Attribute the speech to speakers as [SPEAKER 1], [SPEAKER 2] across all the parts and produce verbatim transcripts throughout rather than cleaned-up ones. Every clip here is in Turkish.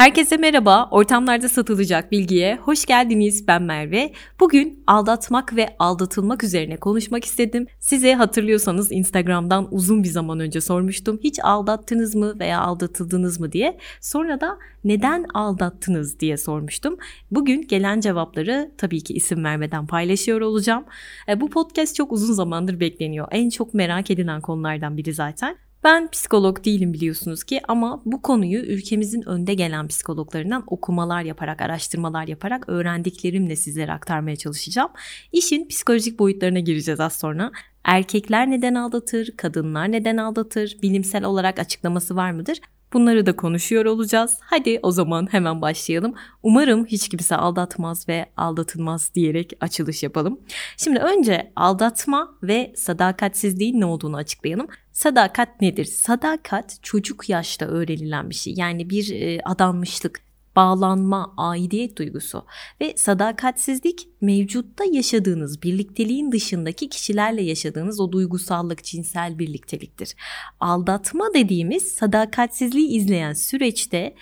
[SPEAKER 1] Herkese merhaba, ortamlarda satılacak bilgiye hoş geldiniz. Ben Merve. Bugün aldatmak ve aldatılmak üzerine konuşmak istedim. Size hatırlıyorsanız Instagram'dan uzun bir zaman önce sormuştum. Hiç aldattınız mı veya aldatıldınız mı diye. Sonra da neden aldattınız diye sormuştum. Bugün gelen cevapları tabii ki isim vermeden paylaşıyor olacağım. Bu podcast çok uzun zamandır bekleniyor. En çok merak edilen konulardan biri zaten. Ben psikolog değilim biliyorsunuz ki ama bu konuyu ülkemizin önde gelen psikologlarından okumalar yaparak, araştırmalar yaparak öğrendiklerimle sizlere aktarmaya çalışacağım. İşin psikolojik boyutlarına gireceğiz az sonra. Erkekler neden aldatır, kadınlar neden aldatır, bilimsel olarak açıklaması var mıdır? Bunları da konuşuyor olacağız. Hadi o zaman hemen başlayalım. Umarım hiç kimse aldatmaz ve aldatılmaz diyerek açılış yapalım. Şimdi önce aldatma ve sadakatsizliğin ne olduğunu açıklayalım. Sadakat nedir? Sadakat çocuk yaşta öğrenilen bir şey. Yani bir e, adanmışlık, bağlanma, aidiyet duygusu ve sadakatsizlik mevcutta yaşadığınız birlikteliğin dışındaki kişilerle yaşadığınız o duygusallık, cinsel birlikteliktir. Aldatma dediğimiz sadakatsizliği izleyen süreçte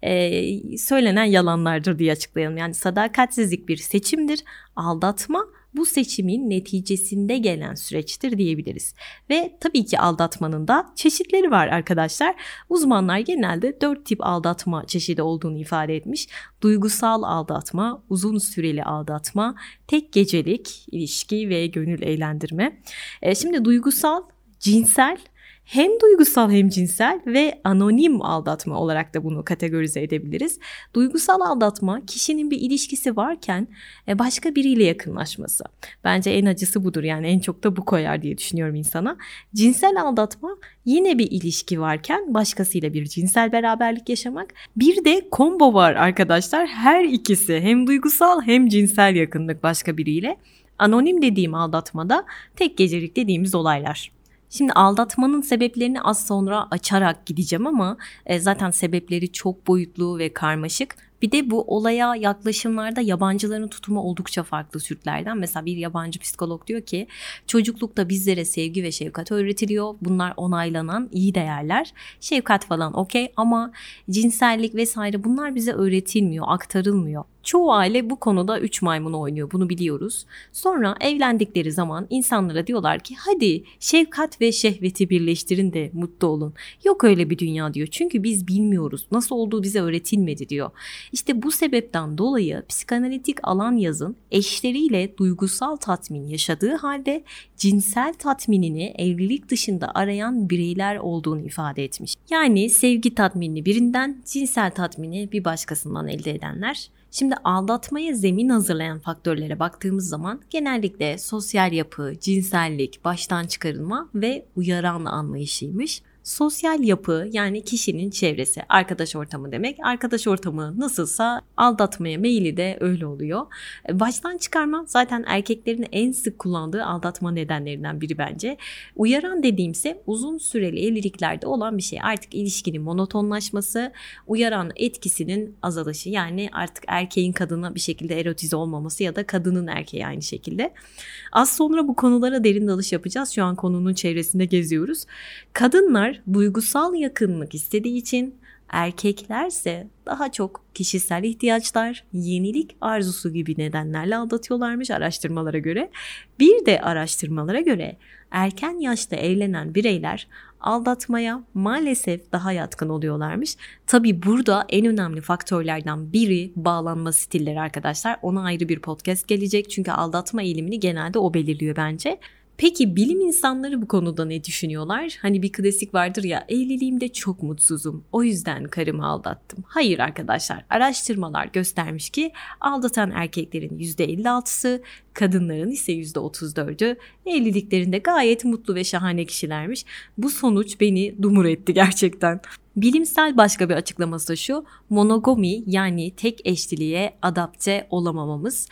[SPEAKER 1] e, söylenen yalanlardır diye açıklayalım. Yani sadakatsizlik bir seçimdir, aldatma bu seçimin neticesinde gelen süreçtir diyebiliriz. Ve tabii ki aldatmanın da çeşitleri var arkadaşlar. Uzmanlar genelde dört tip aldatma çeşidi olduğunu ifade etmiş. Duygusal aldatma, uzun süreli aldatma, tek gecelik ilişki ve gönül eğlendirme. E şimdi duygusal, cinsel, hem duygusal hem cinsel ve anonim aldatma olarak da bunu kategorize edebiliriz. Duygusal aldatma kişinin bir ilişkisi varken başka biriyle yakınlaşması. Bence en acısı budur, yani en çok da bu koyar diye düşünüyorum insana. Cinsel aldatma yine bir ilişki varken başkasıyla bir cinsel beraberlik yaşamak. Bir de combo var arkadaşlar, her ikisi hem duygusal hem cinsel yakınlık başka biriyle. Anonim dediğim aldatmada tek gecelik dediğimiz olaylar. Şimdi aldatmanın sebeplerini az sonra açarak gideceğim ama e, zaten sebepleri çok boyutlu ve karmaşık. Bir de bu olaya yaklaşımlarda yabancıların tutumu oldukça farklı Türklerden. Mesela bir yabancı psikolog diyor ki çocuklukta bizlere sevgi ve şefkat öğretiliyor. Bunlar onaylanan iyi değerler. Şefkat falan okey ama cinsellik vesaire bunlar bize öğretilmiyor, aktarılmıyor. Çoğu aile bu konuda üç maymunu oynuyor, bunu biliyoruz. Sonra evlendikleri zaman insanlara diyorlar ki hadi şefkat ve şehveti birleştirin de mutlu olun. Yok öyle bir dünya diyor, çünkü biz bilmiyoruz, nasıl olduğu bize öğretilmedi diyor. İşte bu sebepten dolayı psikanalitik alan yazın eşleriyle duygusal tatmin yaşadığı halde cinsel tatminini evlilik dışında arayan bireyler olduğunu ifade etmiş. Yani sevgi tatminini birinden, cinsel tatmini bir başkasından elde edenler. Şimdi aldatmaya zemin hazırlayan faktörlere baktığımız zaman genellikle sosyal yapı, cinsellik, baştan çıkarılma ve uyaran anlayışıymış. Sosyal yapı yani kişinin çevresi, arkadaş ortamı demek. Arkadaş ortamı nasılsa aldatmaya meyili de öyle oluyor. Baştan çıkarma zaten erkeklerin en sık kullandığı aldatma nedenlerinden biri bence. Uyaran dediğimse uzun süreli evliliklerde olan bir şey. Artık ilişkinin monotonlaşması, uyaran etkisinin azalışı. Yani artık erkeğin kadına bir şekilde erotize olmaması ya da kadının erkeğe aynı şekilde. Az sonra bu konulara derin dalış yapacağız. Şu an konunun çevresinde geziyoruz. Kadınlar duygusal yakınlık istediği için, erkeklerse daha çok kişisel ihtiyaçlar, yenilik arzusu gibi nedenlerle aldatıyorlarmış araştırmalara göre. Bir de araştırmalara göre erken yaşta evlenen bireyler aldatmaya maalesef daha yatkın oluyorlarmış. Tabii burada en önemli faktörlerden biri bağlanma stilleri arkadaşlar. Ona ayrı bir podcast gelecek çünkü aldatma eğilimini genelde o belirliyor bence. Peki bilim insanları bu konuda ne düşünüyorlar? Hani bir klasik vardır ya, evliliğimde çok mutsuzum, o yüzden karımı aldattım. Hayır arkadaşlar, araştırmalar göstermiş ki aldatan erkeklerin yüzde elli altısı, kadınların ise yüzde otuz dördü evliliklerinde gayet mutlu ve şahane kişilermiş. Bu sonuç beni dumur etti gerçekten. Bilimsel başka bir açıklaması da şu: monogami yani tek eşliliğe adapte olamamamız.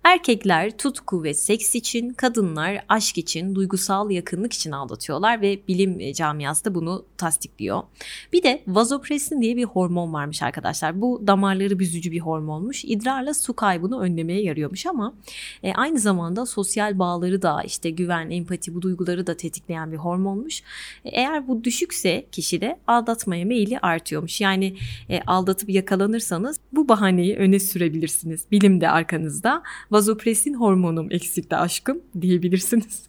[SPEAKER 1] Erkekler tutku ve seks için, kadınlar aşk için, duygusal yakınlık için aldatıyorlar ve bilim camiası da bunu tasdikliyor. Bir de vazopresin diye bir hormon varmış arkadaşlar. Bu damarları büzücü bir hormonmuş. İdrarla su kaybını önlemeye yarıyormuş ama e, aynı zamanda sosyal bağları da işte güven, empati bu duyguları da tetikleyen bir hormonmuş. E, eğer bu düşükse kişide aldatmaya meyili artıyormuş. Yani e, aldatıp yakalanırsanız bu bahaneyi öne sürebilirsiniz. Bilim de arkanızda. Vazopresin hormonum eksikti aşkım diyebilirsiniz.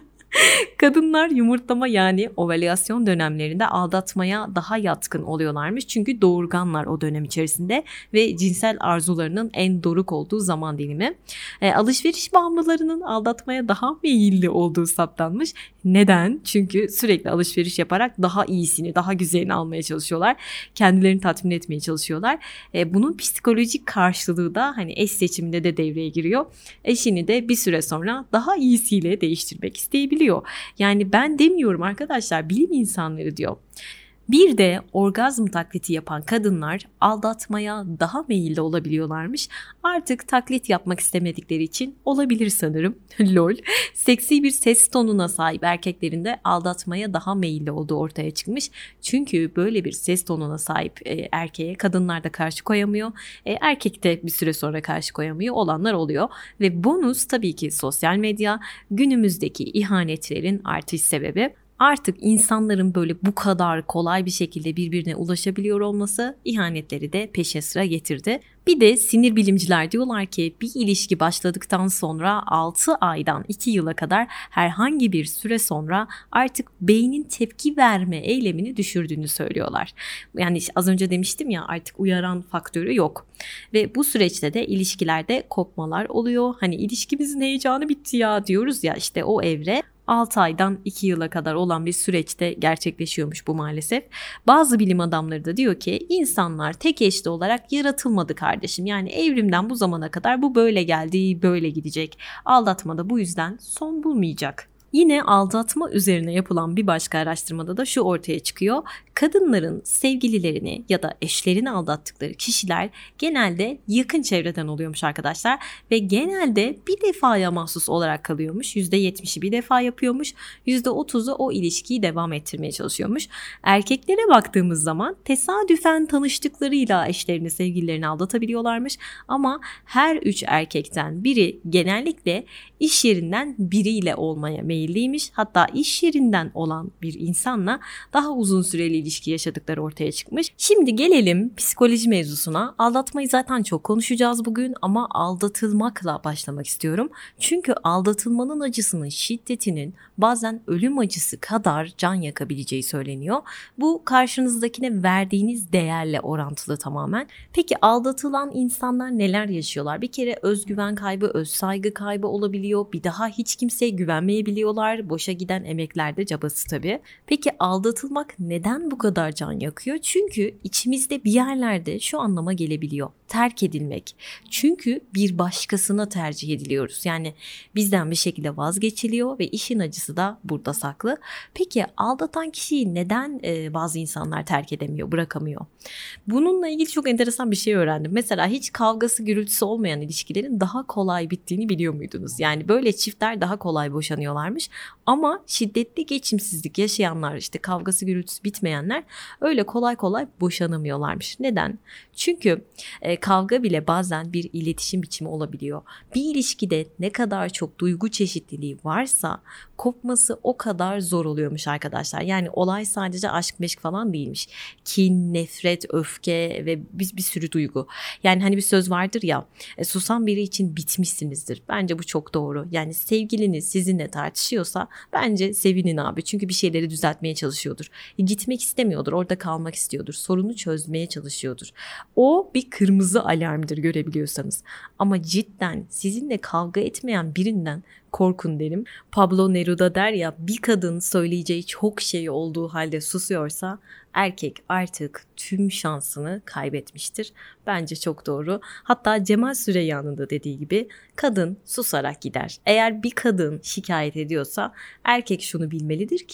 [SPEAKER 1] Kadınlar yumurtlama yani ovülasyon dönemlerinde aldatmaya daha yatkın oluyorlarmış. Çünkü doğurganlar o dönem içerisinde ve cinsel arzularının en doruk olduğu zaman dilimi. E, alışveriş bağımlılarının aldatmaya daha meyilli olduğu saptanmış. Neden? Çünkü sürekli alışveriş yaparak daha iyisini, daha güzelini almaya çalışıyorlar. Kendilerini tatmin etmeye çalışıyorlar. E, bunun psikolojik karşılığı da hani eş seçiminde de devreye giriyor. Eşini de bir süre sonra daha iyisiyle değiştirmek isteyebiliyor. Yani ben demiyorum arkadaşlar, bilim insanları diyor. Bir de orgazm taklidi yapan kadınlar aldatmaya daha meyilli olabiliyorlarmış. Artık taklit yapmak istemedikleri için olabilir sanırım. Lol. Seksi bir ses tonuna sahip erkeklerin de aldatmaya daha meyilli olduğu ortaya çıkmış. Çünkü böyle bir ses tonuna sahip e, erkeğe kadınlar da karşı koyamıyor. E, erkek de bir süre sonra karşı koyamıyor olanlar oluyor. Ve bonus tabii ki sosyal medya, günümüzdeki ihanetlerin artış sebebi. Artık insanların böyle bu kadar kolay bir şekilde birbirine ulaşabiliyor olması ihanetleri de peşe sıra getirdi. Bir de sinir bilimciler diyorlar ki bir ilişki başladıktan sonra altı aydan iki yıla kadar herhangi bir süre sonra artık beynin tepki verme eylemini düşürdüğünü söylüyorlar. Yani az önce demiştim ya, artık uyaran faktörü yok. Ve bu süreçte de ilişkilerde kopmalar oluyor. Hani ilişkimizin heyecanı bitti ya diyoruz ya, işte o evre altı aydan iki yıla kadar olan bir süreçte gerçekleşiyormuş bu maalesef. Bazı bilim adamları da diyor ki insanlar tek eşli olarak yaratılmadı kardeşim. Yani evrimden bu zamana kadar bu böyle geldi, böyle gidecek. Aldatma da bu yüzden son bulmayacak. Yine aldatma üzerine yapılan bir başka araştırmada da şu ortaya çıkıyor. Kadınların sevgililerini ya da eşlerini aldattıkları kişiler genelde yakın çevreden oluyormuş arkadaşlar. Ve genelde bir defaya mahsus olarak kalıyormuş. yüzde yetmişi bir defa yapıyormuş. yüzde otuzu o ilişkiyi devam ettirmeye çalışıyormuş. Erkeklere baktığımız zaman tesadüfen tanıştıklarıyla eşlerini, sevgililerini aldatabiliyorlarmış. Ama her üç erkekten biri genellikle iş yerinden biriyle olmaya meyilliymiş. Hatta iş yerinden olan bir insanla daha uzun süreli ilişki yaşadıkları ortaya çıkmış. Şimdi gelelim psikoloji mevzusuna. Aldatmayı zaten çok konuşacağız bugün ama aldatılmakla başlamak istiyorum. Çünkü aldatılmanın acısının şiddetinin bazen ölüm acısı kadar can yakabileceği söyleniyor. Bu karşınızdakine verdiğiniz değerle orantılı tamamen. Peki aldatılan insanlar neler yaşıyorlar? Bir kere özgüven kaybı, özsaygı kaybı olabiliyor. Bir daha hiç kimseye güvenmeyebiliyorlar. Boşa giden emekler de cabası tabii. Peki aldatılmak neden bu kadar can yakıyor? Çünkü içimizde bir yerlerde şu anlama gelebiliyor. Terk edilmek. Çünkü bir başkasına tercih ediliyoruz. Yani bizden bir şekilde vazgeçiliyor ve işin acısı da burada saklı. Peki aldatan kişiyi neden e, bazı insanlar terk edemiyor, bırakamıyor? Bununla ilgili çok enteresan bir şey öğrendim. Mesela hiç kavgası, gürültüsü olmayan ilişkilerin daha kolay bittiğini biliyor muydunuz? Yani böyle çiftler daha kolay boşanıyorlarmış. Ama şiddetli geçimsizlik yaşayanlar, işte kavgası, gürültüsü bitmeyenler öyle kolay kolay boşanamıyorlarmış. Neden? Çünkü e, kavga bile bazen bir iletişim biçimi olabiliyor. Bir ilişkide ne kadar çok duygu çeşitliliği varsa kopması o kadar zor oluyormuş arkadaşlar. Yani olay sadece aşk meşk falan değilmiş. Kin, nefret, öfke ve bir, bir sürü duygu. Yani hani bir söz vardır ya, e, susan biri için bitmişsinizdir. Bence bu çok doğru. Yani sevgiliniz sizinle tartışıyorsa bence sevinin abi. Çünkü bir şeyleri düzeltmeye çalışıyordur. E, gitmek istemiyordur. Orada kalmak istiyordur. Sorunu çözmeye çalışıyordur. O bir kırmızı alarmdır görebiliyorsanız. Ama cidden sizinle kavga etmeyen birinden korkun derim. Pablo Neruda der ya, bir kadın söyleyeceği çok şey olduğu halde susuyorsa erkek artık tüm şansını kaybetmiştir. Bence çok doğru. Hatta Cemal Süreyya'nın da dediği gibi kadın susarak gider. Eğer bir kadın şikayet ediyorsa erkek şunu bilmelidir ki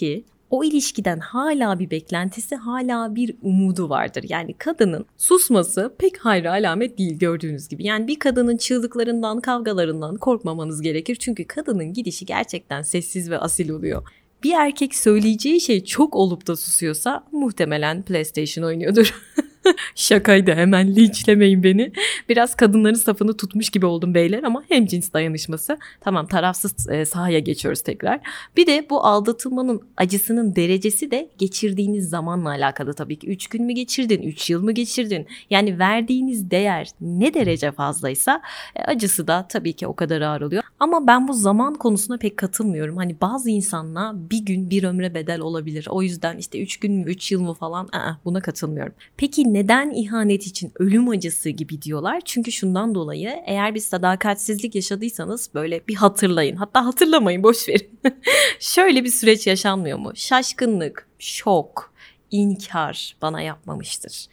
[SPEAKER 1] O ilişkiden hala bir beklentisi, hala bir umudu vardır. Yani kadının susması pek hayra alamet değil gördüğünüz gibi. Yani bir kadının çığlıklarından, kavgalarından korkmamanız gerekir. Çünkü kadının gidişi gerçekten sessiz ve asil oluyor. Bir erkek söyleyeceği şey çok olup da susuyorsa muhtemelen PlayStation oynuyordur. Şakaydı, hemen linçlemeyin beni. Biraz kadınların safını tutmuş gibi oldum beyler ama hemcins dayanışması. Tamam, tarafsız e, sahaya geçiyoruz tekrar. Bir de bu aldatılmanın acısının derecesi de geçirdiğiniz zamanla alakalı tabii ki. üç gün mü geçirdin, üç yıl mı geçirdin? Yani verdiğiniz değer ne derece fazlaysa e, acısı da tabii ki o kadar ağır oluyor. Ama ben bu zaman konusuna pek katılmıyorum. Hani bazı insanla bir gün bir ömre bedel olabilir. O yüzden işte üç gün mü, üç yıl mı falan aa, buna katılmıyorum. Peki neden ihanet için ölüm acısı gibi diyorlar? Çünkü şundan dolayı, eğer bir sadakatsizlik yaşadıysanız böyle bir hatırlayın. Hatta hatırlamayın, boş verin. Şöyle bir süreç yaşanmıyor mu? Şaşkınlık, şok, inkar bana yapmamıştır.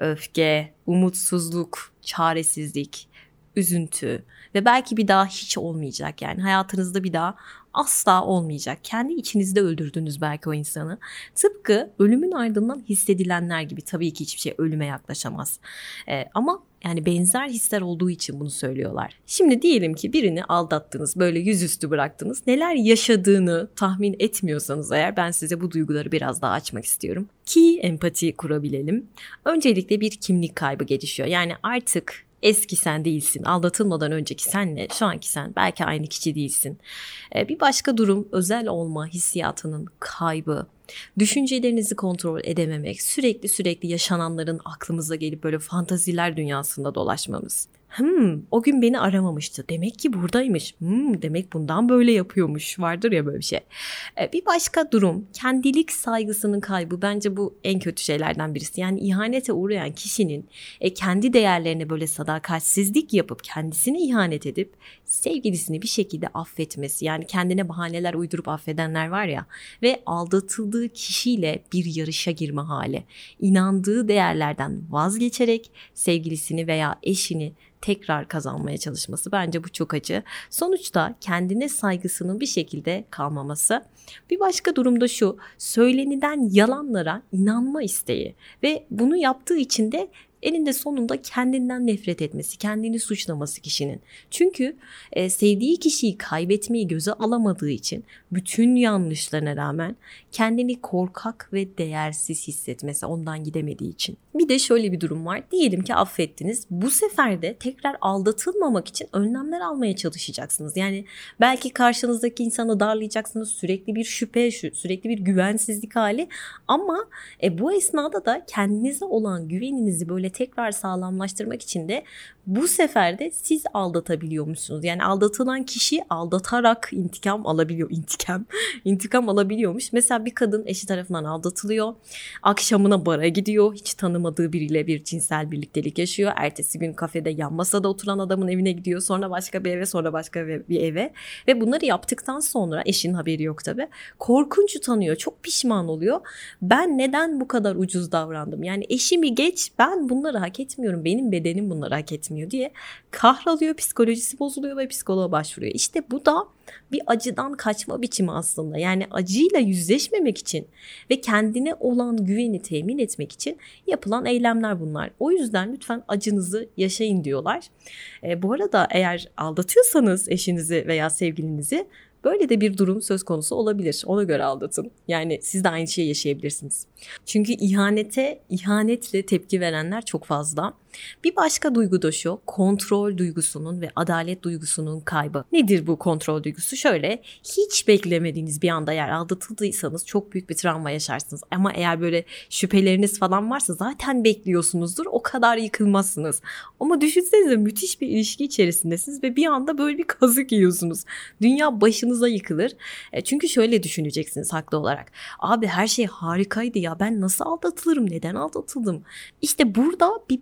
[SPEAKER 1] Öfke, umutsuzluk, çaresizlik, üzüntü ve belki bir daha hiç olmayacak, yani hayatınızda bir daha asla olmayacak. Kendi içinizde öldürdünüz belki o insanı. Tıpkı ölümün ardından hissedilenler gibi. Tabii ki hiçbir şey ölüme yaklaşamaz. Ee, ama yani benzer hisler olduğu için bunu söylüyorlar. Şimdi diyelim ki birini aldattınız, böyle yüzüstü bıraktınız. Neler yaşadığını tahmin etmiyorsanız eğer, ben size bu duyguları biraz daha açmak istiyorum. Ki empati kurabilelim. Öncelikle bir kimlik kaybı gelişiyor. Yani artık eski sen değilsin. Aldatılmadan önceki senle şu anki sen belki aynı kişi değilsin. Ee, bir başka durum, özel olma hissiyatının kaybı. Düşüncelerinizi kontrol edememek, sürekli sürekli yaşananların aklımıza gelip böyle fantaziler dünyasında dolaşmamız. Hmm, o gün beni aramamıştı. Demek ki buradaymış. Hmm, demek bundan böyle yapıyormuş. Vardır ya böyle bir şey. Ee, bir başka durum, kendilik saygısının kaybı. Bence bu en kötü şeylerden birisi. Yani ihanete uğrayan kişinin e, kendi değerlerine böyle sadakatsizlik yapıp kendisini ihanet edip sevgilisini bir şekilde affetmesi. Yani kendine bahaneler uydurup affedenler var ya, ve aldatıldığı kişiyle bir yarışa girme hali. İnandığı değerlerden vazgeçerek sevgilisini veya eşini tekrar kazanmaya çalışması, bence bu çok acı. Sonuçta kendine saygısının bir şekilde kalmaması. Bir başka durumda şu, söylenilen yalanlara inanma isteği ve bunu yaptığı için de eninde sonunda kendinden nefret etmesi, kendini suçlaması kişinin. Çünkü e, sevdiği kişiyi kaybetmeyi göze alamadığı için, bütün yanlışlarına rağmen kendini korkak ve değersiz hissetmesi, ondan gidemediği için. Bir de şöyle bir durum var. Diyelim ki affettiniz. Bu sefer de tekrar aldatılmamak için önlemler almaya çalışacaksınız. Yani belki karşınızdaki insanı darlayacaksınız. Sürekli bir şüphe, sürekli bir güvensizlik hali. Ama e, bu esnada da kendinize olan güveninizi böyle tekrar sağlamlaştırmak için de bu sefer de siz aldatabiliyormuşsunuz. Yani aldatılan kişi aldatarak intikam alabiliyor. İntikam, intikam alabiliyormuş. Mesela bir kadın eşi tarafından aldatılıyor. Akşamına bara gidiyor. Hiç tanımadığı biriyle bir cinsel birliktelik yaşıyor. Ertesi gün kafede yan masada oturan adamın evine gidiyor. Sonra başka bir eve, sonra başka bir eve. Ve bunları yaptıktan sonra, eşinin haberi yok tabii, korkunç utanıyor. Çok pişman oluyor. Ben neden bu kadar ucuz davrandım? Yani eşimi geç, ben bunları hak etmiyorum. Benim bedenim bunları hak etmiyor diye kahroluyor, psikolojisi bozuluyor ve psikoloğa başvuruyor. İşte bu da bir acıdan kaçma biçimi aslında. Yani acıyla yüzleşmemek için ve kendine olan güveni temin etmek için yapılan eylemler bunlar. O yüzden lütfen acınızı yaşayın diyorlar. E, bu arada eğer aldatıyorsanız eşinizi veya sevgilinizi, böyle de bir durum söz konusu olabilir. Ona göre aldatın. Yani siz de aynı şeyi yaşayabilirsiniz. Çünkü ihanete, ihanetle tepki verenler çok fazla. Bir başka duygu da şu, kontrol duygusunun ve adalet duygusunun kaybı. Nedir bu kontrol duygusu? Şöyle, hiç beklemediğiniz bir anda eğer aldatıldıysanız çok büyük bir travma yaşarsınız. Ama eğer böyle şüpheleriniz falan varsa zaten bekliyorsunuzdur, o kadar yıkılmazsınız. Ama düşünsenize, müthiş bir ilişki içerisindesiniz ve bir anda böyle bir kazık yiyorsunuz. Dünya başınıza yıkılır. E çünkü şöyle düşüneceksiniz haklı olarak. Abi her şey harikaydı ya, ben nasıl aldatılırım, neden aldatıldım? İşte burada bir böyle kesin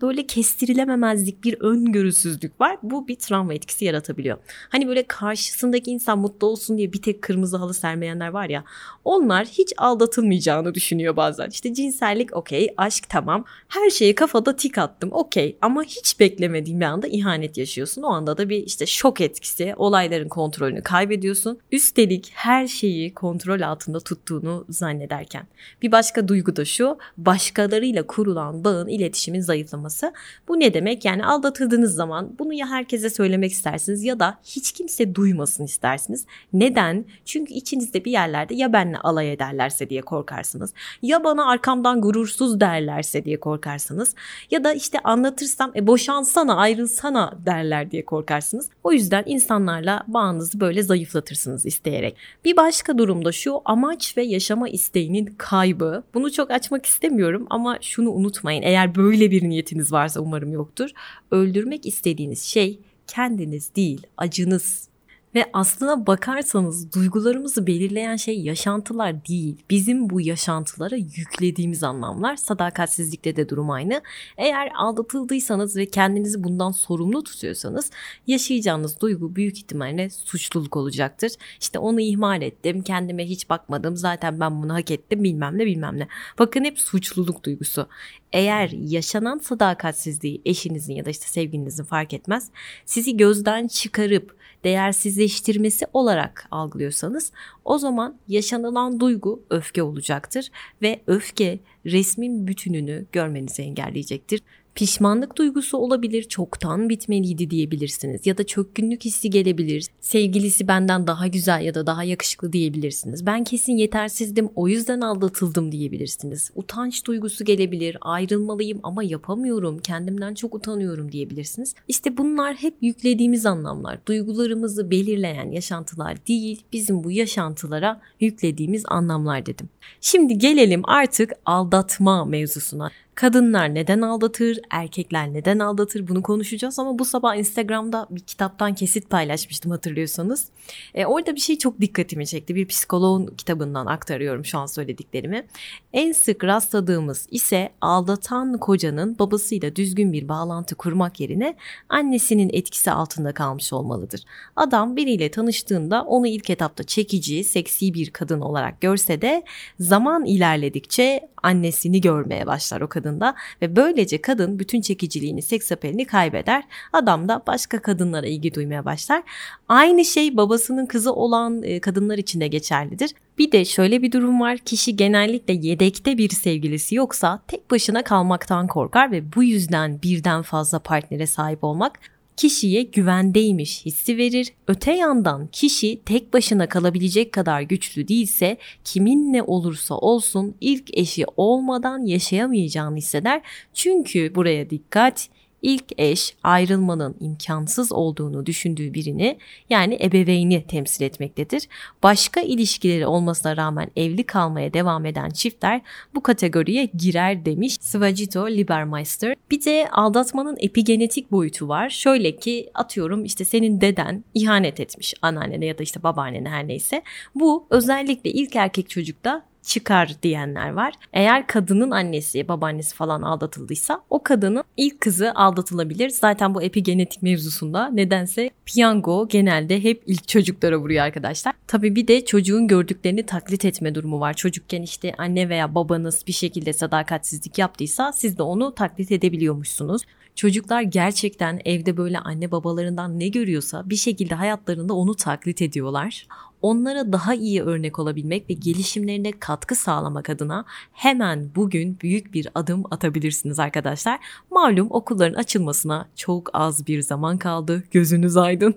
[SPEAKER 1] kestirilememezlik, bir öngörüsüzlük var. Bu bir travma etkisi yaratabiliyor. Hani böyle karşısındaki insan mutlu olsun diye bir tek kırmızı halı sermeyenler var ya, onlar hiç aldatılmayacağını düşünüyor bazen. İşte cinsellik okey, aşk tamam, her şeye kafada tik attım okey, ama hiç beklemediğin bir anda ihanet yaşıyorsun. O anda da bir işte şok etkisi, olayların kontrolünü kaybediyorsun. Üstelik her şeyi kontrol altında tuttuğunu zannederken. Bir başka duygu da şu, başkalarıyla kurulan bağın, iletişimin zayıflaması. Bu ne demek? Yani aldatıldığınız zaman bunu ya herkese söylemek istersiniz ya da hiç kimse duymasın istersiniz. Neden? Çünkü içinizde bir yerlerde ya benle alay ederlerse diye korkarsınız, ya bana arkamdan gurursuz derlerse diye korkarsınız, ya da işte anlatırsam e boşansana, ayrılsana derler diye korkarsınız. O yüzden insanlarla bağınızı böyle zayıflatırsınız isteyerek. Bir başka durumda şu, amaç ve yaşama isteğinin kaybı. Bunu çok açmak istemiyorum ama şunu unutmayın. Eğer böyle bir niyetiniz varsa, umarım yoktur. Öldürmek istediğiniz şey kendiniz değil, acınız. Ve aslına bakarsanız duygularımızı belirleyen şey yaşantılar değil, bizim bu yaşantılara yüklediğimiz anlamlar. Sadakatsizlikte de durum aynı. Eğer aldatıldıysanız ve kendinizi bundan sorumlu tutuyorsanız yaşayacağınız duygu büyük ihtimalle suçluluk olacaktır. İşte onu ihmal ettim, kendime hiç bakmadım, zaten ben bunu hak ettim, bilmem ne bilmem ne. Bakın, hep suçluluk duygusu. Eğer yaşanan sadakatsizliği eşinizin ya da işte sevgilinizin, fark etmez, sizi gözden çıkarıp değersizleştirmesi olarak algılıyorsanız, o zaman yaşanılan duygu öfke olacaktır ve öfke resmin bütününü görmenizi engelleyecektir. Pişmanlık duygusu olabilir, çoktan bitmeliydi diyebilirsiniz ya da çökkünlük hissi gelebilir. Sevgilisi benden daha güzel ya da daha yakışıklı diyebilirsiniz. Ben kesin yetersizdim, o yüzden aldatıldım diyebilirsiniz. Utanç duygusu gelebilir, ayrılmalıyım ama yapamıyorum, kendimden çok utanıyorum diyebilirsiniz. İşte bunlar hep yüklediğimiz anlamlar. Duygularımızı belirleyen yaşantılar değil, bizim bu yaşantılara yüklediğimiz anlamlar dedim. Şimdi gelelim artık aldatma mevzusuna. Kadınlar neden aldatır, erkekler neden aldatır, bunu konuşacağız ama bu sabah Instagram'da bir kitaptan kesit paylaşmıştım, hatırlıyorsanız. E, orada bir şey çok dikkatimi çekti. Bir psikoloğun kitabından aktarıyorum şu an söylediklerimi. En sık rastladığımız ise aldatan kocanın babasıyla düzgün bir bağlantı kurmak yerine annesinin etkisi altında kalmış olmalıdır. Adam biriyle tanıştığında onu ilk etapta çekici, seksi bir kadın olarak görse de zaman ilerledikçe annesini görmeye başlar o kadında ve böylece kadın bütün çekiciliğini, seks apelini kaybeder. Adam da başka kadınlara ilgi duymaya başlar. Aynı şey babasının kızı olan kadınlar için de geçerlidir. Bir de şöyle bir durum var. Kişi genellikle yedekte bir sevgilisi yoksa tek başına kalmaktan korkar ve bu yüzden birden fazla partnere sahip olmak kişiye güvendeymiş hissi verir. Öte yandan kişi tek başına kalabilecek kadar güçlü değilse kiminle olursa olsun ilk eşi olmadan yaşayamayacağını hisseder. Çünkü buraya dikkat, İlk eş ayrılmanın imkansız olduğunu düşündüğü birini, yani ebeveyni temsil etmektedir. Başka ilişkileri olmasına rağmen evli kalmaya devam eden çiftler bu kategoriye girer demiş Svajito Libermeister. Bir de aldatmanın epigenetik boyutu var. Şöyle ki, atıyorum işte senin deden ihanet etmiş anneannene ya da işte babaannene, her neyse. Bu özellikle ilk erkek çocukta çıkar diyenler var. Eğer kadının annesi, babaannesi falan aldatıldıysa o kadının ilk kızı aldatılabilir. Zaten bu epigenetik mevzusunda nedense piyango genelde hep ilk çocuklara vuruyor arkadaşlar. Tabii bir de çocuğun gördüklerini taklit etme durumu var. Çocukken işte anne veya babanız bir şekilde sadakatsizlik yaptıysa siz de onu taklit edebiliyormuşsunuz. Çocuklar gerçekten evde böyle anne babalarından ne görüyorsa bir şekilde hayatlarında onu taklit ediyorlar. Onlara daha iyi örnek olabilmek ve gelişimlerine katkı sağlamak adına hemen bugün büyük bir adım atabilirsiniz arkadaşlar. Malum okulların açılmasına çok az bir zaman kaldı. Gözünüz aydın.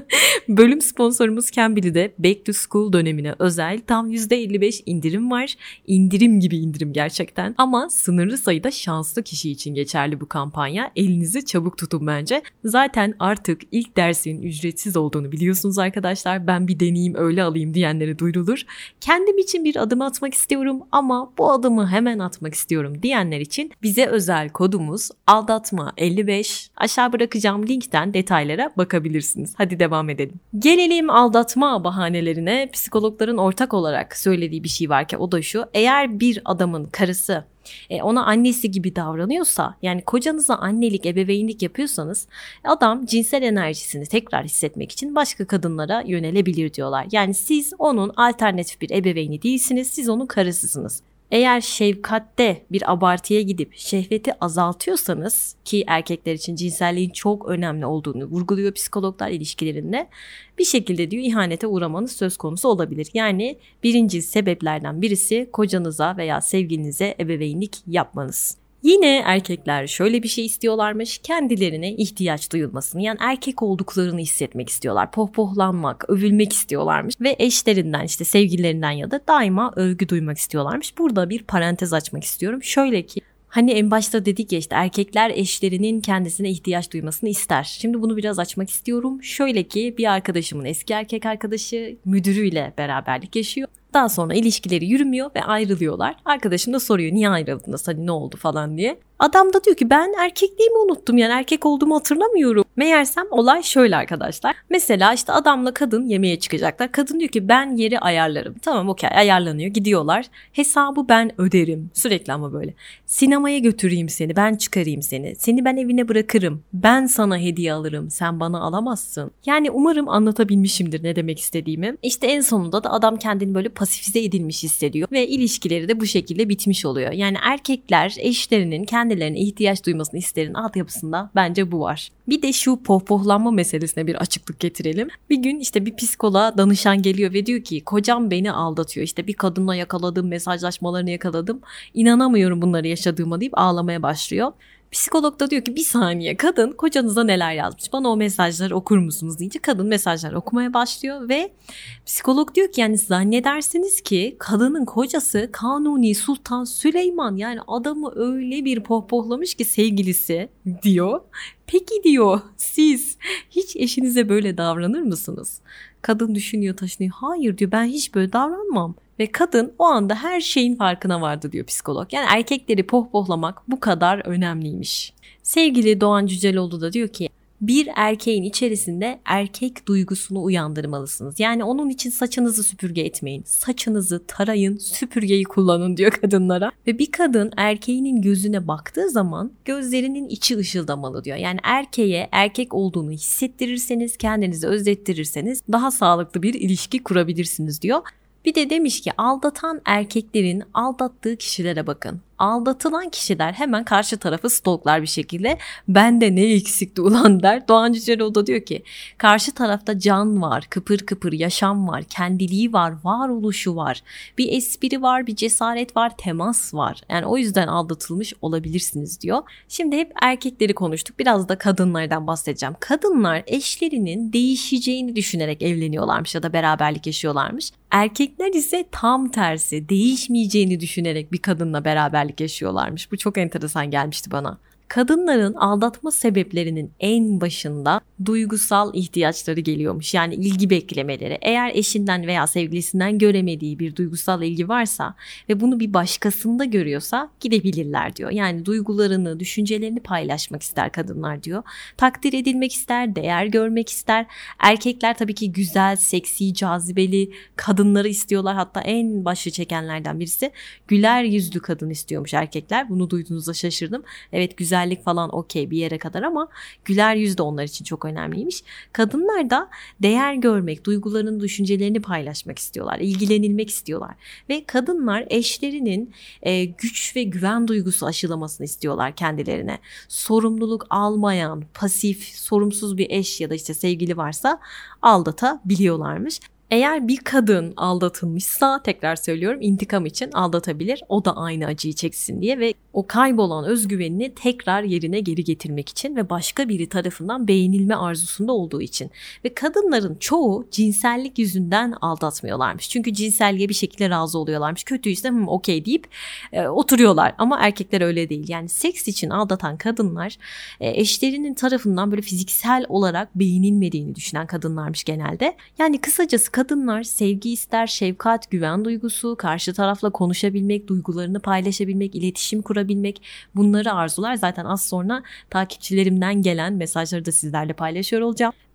[SPEAKER 1] Bölüm sponsorumuz Cambly'de Back to School dönemine özel tam yüzde elli beş indirim var. İndirim gibi indirim gerçekten. Ama sınırlı sayıda şanslı kişi için geçerli bu kampanya. Elinizi çabuk tutun bence. Zaten artık ilk dersin ücretsiz olduğunu biliyorsunuz arkadaşlar. Ben bir deneyeyim öyle alayım diyenlere duyurulur. Kendim için bir adım atmak istiyorum ama bu adımı hemen atmak istiyorum diyenler için bize özel kodumuz aldatma elli beş. Aşağı bırakacağım linkten detaylara bakabilirsiniz. Hadi devam edelim. Gelelim aldatma bahanelerine. Psikologların ortak olarak söylediği bir şey var ki o da şu: eğer bir adamın karısı e, ona annesi gibi davranıyorsa, yani kocanıza annelik, ebeveynlik yapıyorsanız adam cinsel enerjisini tekrar hissetmek için başka kadınlara yönelebilir diyorlar. Yani siz onun alternatif bir ebeveyni değilsiniz, siz onun karısısınız. Eğer şefkatte bir abartıya gidip şehveti azaltıyorsanız, ki erkekler için cinselliğin çok önemli olduğunu vurguluyor psikologlar ilişkilerinde, bir şekilde diyor ihanete uğramanız söz konusu olabilir. Yani birinci sebeplerden birisi kocanıza veya sevgilinize ebeveynlik yapmanız. Yine erkekler şöyle bir şey istiyorlarmış, kendilerine ihtiyaç duyulmasını, yani erkek olduklarını hissetmek istiyorlar. Pohpohlanmak, övülmek istiyorlarmış ve eşlerinden, işte sevgililerinden ya da daima övgü duymak istiyorlarmış. Burada bir parantez açmak istiyorum. Şöyle ki, hani en başta dedik ya, işte erkekler eşlerinin kendisine ihtiyaç duymasını ister. Şimdi bunu biraz açmak istiyorum. Şöyle ki, bir arkadaşımın eski erkek arkadaşı müdürüyle beraberlik yaşıyor. Daha sonra ilişkileri yürümüyor ve ayrılıyorlar. Arkadaşım da soruyor, niye ayrıldınız, hani ne oldu falan diye. Adam da diyor ki ben erkekliğimi unuttum, yani erkek olduğumu hatırlamıyorum. Meğersem olay şöyle arkadaşlar. Mesela işte adamla kadın yemeğe çıkacaklar. Kadın diyor ki ben yeri ayarlarım. Tamam, okey, ayarlanıyor, gidiyorlar. Hesabı ben öderim. Sürekli ama böyle. Sinemaya götüreyim seni, ben çıkarayım seni. Seni ben evine bırakırım. Ben sana hediye alırım, sen bana alamazsın. Yani umarım anlatabilmişimdir ne demek istediğimi. İşte en sonunda da adam kendini böyle pasifize edilmiş hissediyor ve ilişkileri de bu şekilde bitmiş oluyor. Yani erkekler eşlerinin kendilerine ihtiyaç duymasını isterin altyapısında bence bu var. Bir de şu pohpohlanma meselesine bir açıklık getirelim. Bir gün işte bir psikoloğa danışan geliyor ve diyor ki kocam beni aldatıyor. İşte bir kadınla yakaladım, mesajlaşmalarını yakaladım. İnanamıyorum bunları yaşadığıma deyip ağlamaya başlıyor. Psikolog da diyor ki bir saniye, kadın kocanıza neler yazmış, bana o mesajları okur musunuz deyince kadın mesajları okumaya başlıyor ve psikolog diyor ki yani zannedersiniz ki kadının kocası Kanuni Sultan Süleyman, yani adamı öyle bir pohpohlamış ki sevgilisi diyor. Peki diyor, siz hiç eşinize böyle davranır mısınız? Kadın düşünüyor, taşınıyor. Hayır diyor, ben hiç böyle davranmam. Ve kadın o anda her şeyin farkına vardı diyor psikolog. Yani erkekleri pohpohlamak bu kadar önemliymiş. Sevgili Doğan Cüceloğlu da diyor ki bir erkeğin içerisinde erkek duygusunu uyandırmalısınız. Yani onun için saçınızı süpürge etmeyin. Saçınızı tarayın, süpürgeyi kullanın diyor kadınlara. Ve bir kadın erkeğinin gözüne baktığı zaman gözlerinin içi ışıldamalı diyor. Yani erkeğe erkek olduğunu hissettirirseniz, kendinizi özlettirirseniz daha sağlıklı bir ilişki kurabilirsiniz diyor. Bir de demiş ki aldatan erkeklerin aldattığı kişilere bakın. Aldatılan kişiler hemen karşı tarafı stalklar bir şekilde. Bende ne eksikti ulan der. Doğan Cüceloğlu da diyor ki karşı tarafta can var, kıpır kıpır yaşam var, kendiliği var, varoluşu var. Bir espri var, bir cesaret var, temas var. Yani o yüzden aldatılmış olabilirsiniz diyor. Şimdi hep erkekleri konuştuk. Biraz da kadınlardan bahsedeceğim. Kadınlar eşlerinin değişeceğini düşünerek evleniyorlarmış ya da beraberlik yaşıyorlarmış. Erkekler ise tam tersi, değişmeyeceğini düşünerek bir kadınla beraberlik yaşıyorlarmış. Bu çok enteresan gelmişti bana. Kadınların aldatma sebeplerinin en başında duygusal ihtiyaçları geliyormuş. Yani ilgi beklemeleri. Eğer eşinden veya sevgilisinden göremediği bir duygusal ilgi varsa ve bunu bir başkasında görüyorsa gidebilirler diyor. Yani duygularını, düşüncelerini paylaşmak ister kadınlar diyor. Takdir edilmek ister, değer görmek ister. Erkekler tabii ki güzel, seksi, cazibeli kadınları istiyorlar. Hatta en başı çekenlerden birisi güler yüzlü kadın istiyormuş erkekler. Bunu duyduğunuzda şaşırdım. Evet, güzel falan okey bir yere kadar ama güler yüz de onlar için çok önemliymiş. Kadınlar da değer görmek, duygularını, düşüncelerini paylaşmak istiyorlar, ilgilenilmek istiyorlar. Ve kadınlar eşlerinin e, güç ve güven duygusu aşılamasını istiyorlar kendilerine. Sorumluluk almayan, pasif, sorumsuz bir eş ya da işte sevgili varsa aldatabiliyorlarmış. Eğer bir kadın aldatılmışsa, tekrar söylüyorum, intikam için aldatabilir. O da aynı acıyı çeksin diye ve o kaybolan özgüvenini tekrar yerine geri getirmek için ve başka biri tarafından beğenilme arzusunda olduğu için. Ve kadınların çoğu cinsellik yüzünden aldatmıyorlarmış. Çünkü cinselliğe bir şekilde razı oluyorlarmış. Kötüyse hmm, okey deyip e, oturuyorlar. Ama erkekler öyle değil. Yani seks için aldatan kadınlar e, eşlerinin tarafından böyle fiziksel olarak beğenilmediğini düşünen kadınlarmış genelde. Yani kısacası kadınlar sevgi ister, şefkat, güven duygusu, karşı tarafla konuşabilmek, duygularını paylaşabilmek, iletişim kurabilmek, bunları arzular. Zaten az sonra takipçilerimden gelen mesajları da sizlerle paylaşıyor olacağım.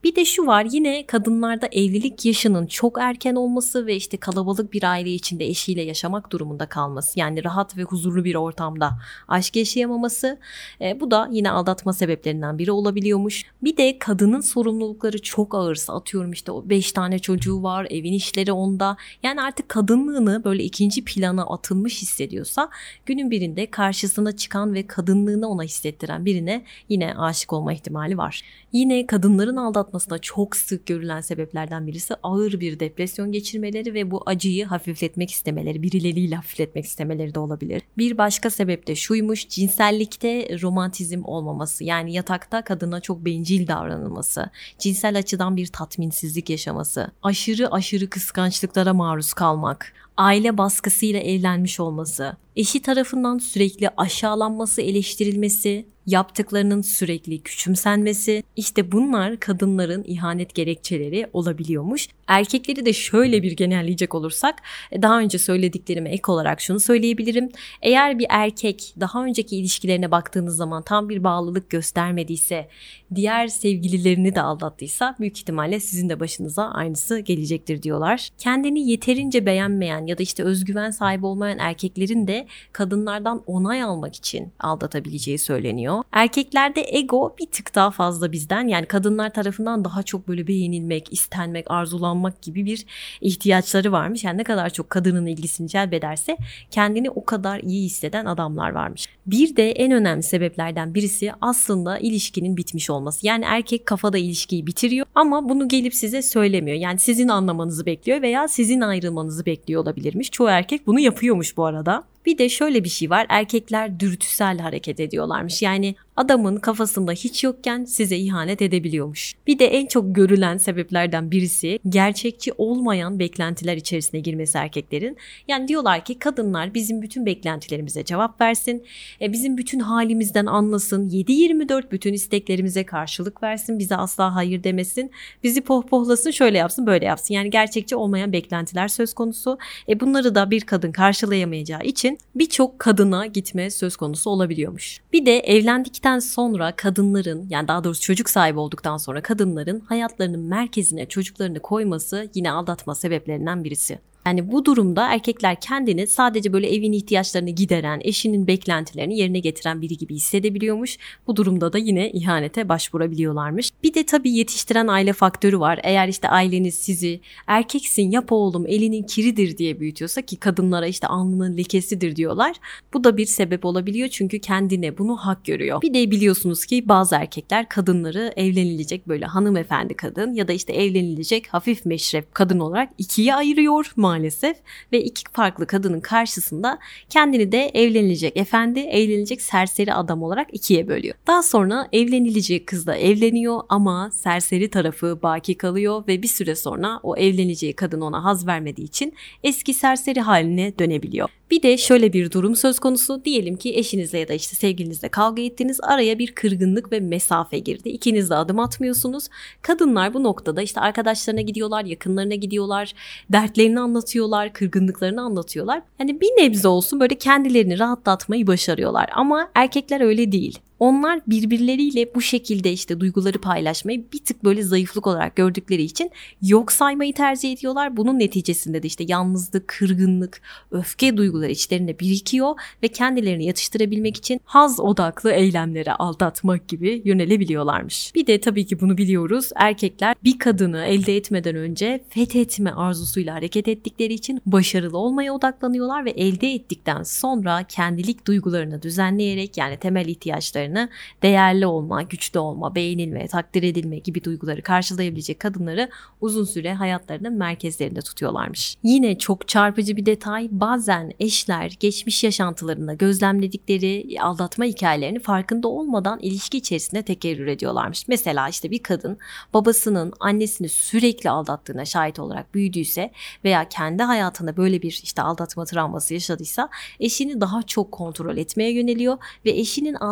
[SPEAKER 1] Bir de şu var, yine kadınlarda evlilik yaşının çok erken olması ve işte kalabalık bir aile içinde eşiyle yaşamak durumunda kalması. Yani rahat ve huzurlu bir ortamda aşk yaşayamaması. E, bu da yine aldatma sebeplerinden biri olabiliyormuş. Bir de kadının sorumlulukları çok ağırsa, atıyorum işte o beş tane çocuğu var, evin işleri onda. Yani artık kadınlığını böyle ikinci plana atılmış hissediyorsa, günün birinde karşısına çıkan ve kadınlığını ona hissettiren birine yine aşık olma ihtimali var. Yine kadınların aldatmasına çok sık görülen sebeplerden birisi ağır bir depresyon geçirmeleri ve bu acıyı hafifletmek istemeleri, birileriyle hafifletmek istemeleri de olabilir. Bir başka sebep de şuymuş: cinsellikte romantizm olmaması. Yani yatakta kadına çok bencil davranılması, cinsel açıdan bir tatminsizlik yaşaması, aşırı aşırı kıskançlıklara maruz kalmak, aile baskısıyla evlenmiş olması, eşi tarafından sürekli aşağılanması, eleştirilmesi, yaptıklarının sürekli küçümsenmesi, işte bunlar kadınların ihanet gerekçeleri olabiliyormuş. Erkekleri de şöyle bir genelleyecek olursak, daha önce söylediklerime ek olarak şunu söyleyebilirim. Eğer bir erkek daha önceki ilişkilerine baktığınız zaman tam bir bağlılık göstermediyse, diğer sevgililerini de aldattıysa, büyük ihtimalle sizin de başınıza aynısı gelecektir diyorlar. Kendini yeterince beğenmeyen ya da işte özgüven sahibi olmayan erkeklerin de kadınlardan onay almak için aldatabileceği söyleniyor. Erkeklerde ego bir tık daha fazla bizden, yani kadınlar tarafından daha çok böyle beğenilmek, istenmek, arzulanmak gibi bir ihtiyaçları varmış. Yani ne kadar çok kadının ilgisini celbederse kendini o kadar iyi hisseden adamlar varmış. Bir de en önemli sebeplerden birisi aslında ilişkinin bitmiş olması. Yani erkek kafada ilişkiyi bitiriyor ama bunu gelip size söylemiyor. Yani sizin anlamanızı bekliyor veya sizin ayrılmanızı bekliyor olabilirmiş. Çoğu erkek bunu yapıyormuş bu arada. Bir de şöyle bir şey var, erkekler dürtüsel hareket ediyorlarmış. Yani adamın kafasında hiç yokken size ihanet edebiliyormuş. Bir de en çok görülen sebeplerden birisi gerçekçi olmayan beklentiler içerisine girmesi erkeklerin. Yani diyorlar ki kadınlar bizim bütün beklentilerimize cevap versin, bizim bütün halimizden anlasın, yedi yirmi dört bütün isteklerimize karşılık versin, bize asla hayır demesin, bizi pohpohlasın, şöyle yapsın, böyle yapsın. Yani gerçekçi olmayan beklentiler söz konusu. E bunları da bir kadın karşılayamayacağı için birçok kadına gitme söz konusu olabiliyormuş. Bir de evlendikten sonra kadınların, yani daha doğrusu çocuk sahibi olduktan sonra kadınların hayatlarının merkezine çocuklarını koyması yine aldatma sebeplerinden birisi. Yani bu durumda erkekler kendini sadece böyle evin ihtiyaçlarını gideren, eşinin beklentilerini yerine getiren biri gibi hissedebiliyormuş. Bu durumda da yine ihanete başvurabiliyorlarmış. Bir de tabii yetiştiren aile faktörü var. Eğer işte aileniz sizi erkeksin, yap oğlum, elinin kiridir diye büyütüyorsa, ki kadınlara işte alnının lekesidir diyorlar, bu da bir sebep olabiliyor çünkü kendine bunu hak görüyor. Bir de biliyorsunuz ki bazı erkekler kadınları evlenilecek böyle hanımefendi kadın ya da işte evlenilecek hafif meşrep kadın olarak ikiye ayırıyor maalesef. Maalesef ve iki farklı kadının karşısında kendini de evlenilecek efendi, evlenilecek serseri adam olarak ikiye bölüyor. Daha sonra evlenilecek kız da evleniyor ama serseri tarafı baki kalıyor ve bir süre sonra o evleneceği kadın ona haz vermediği için eski serseri haline dönebiliyor. Bir de şöyle bir durum söz konusu. Diyelim ki eşinizle ya da işte sevgilinizle kavga ettiniz. Araya bir kırgınlık ve mesafe girdi. İkiniz de adım atmıyorsunuz. Kadınlar bu noktada işte arkadaşlarına gidiyorlar, yakınlarına gidiyorlar, dertlerini anlatıyorlar, kırgınlıklarını anlatıyorlar. Yani bir nebze olsun böyle kendilerini rahatlatmayı başarıyorlar. Ama erkekler öyle değil. Onlar birbirleriyle bu şekilde işte duyguları paylaşmayı bir tık böyle zayıflık olarak gördükleri için yok saymayı tercih ediyorlar. Bunun neticesinde de işte yalnızlık, kırgınlık, öfke duyguları içlerinde birikiyor ve kendilerini yatıştırabilmek için haz odaklı eylemlere, aldatmak gibi yönelebiliyorlarmış. Bir de tabii ki bunu biliyoruz. Erkekler bir kadını elde etmeden önce fethetme arzusuyla hareket ettikleri için başarılı olmaya odaklanıyorlar ve elde ettikten sonra kendilik duygularını düzenleyerek, yani temel ihtiyaçları, değerli olma, güçlü olma, beğenilme, takdir edilme gibi duyguları karşılayabilecek kadınları uzun süre hayatlarının merkezlerinde tutuyorlarmış. Yine çok çarpıcı bir detay, bazen eşler geçmiş yaşantılarında gözlemledikleri aldatma hikayelerini farkında olmadan ilişki içerisinde tekerrür ediyorlarmış. Mesela işte bir kadın babasının annesini sürekli aldattığına şahit olarak büyüdüyse veya kendi hayatında böyle bir işte aldatma travması yaşadıysa eşini daha çok kontrol etmeye yöneliyor ve eşinin aldatması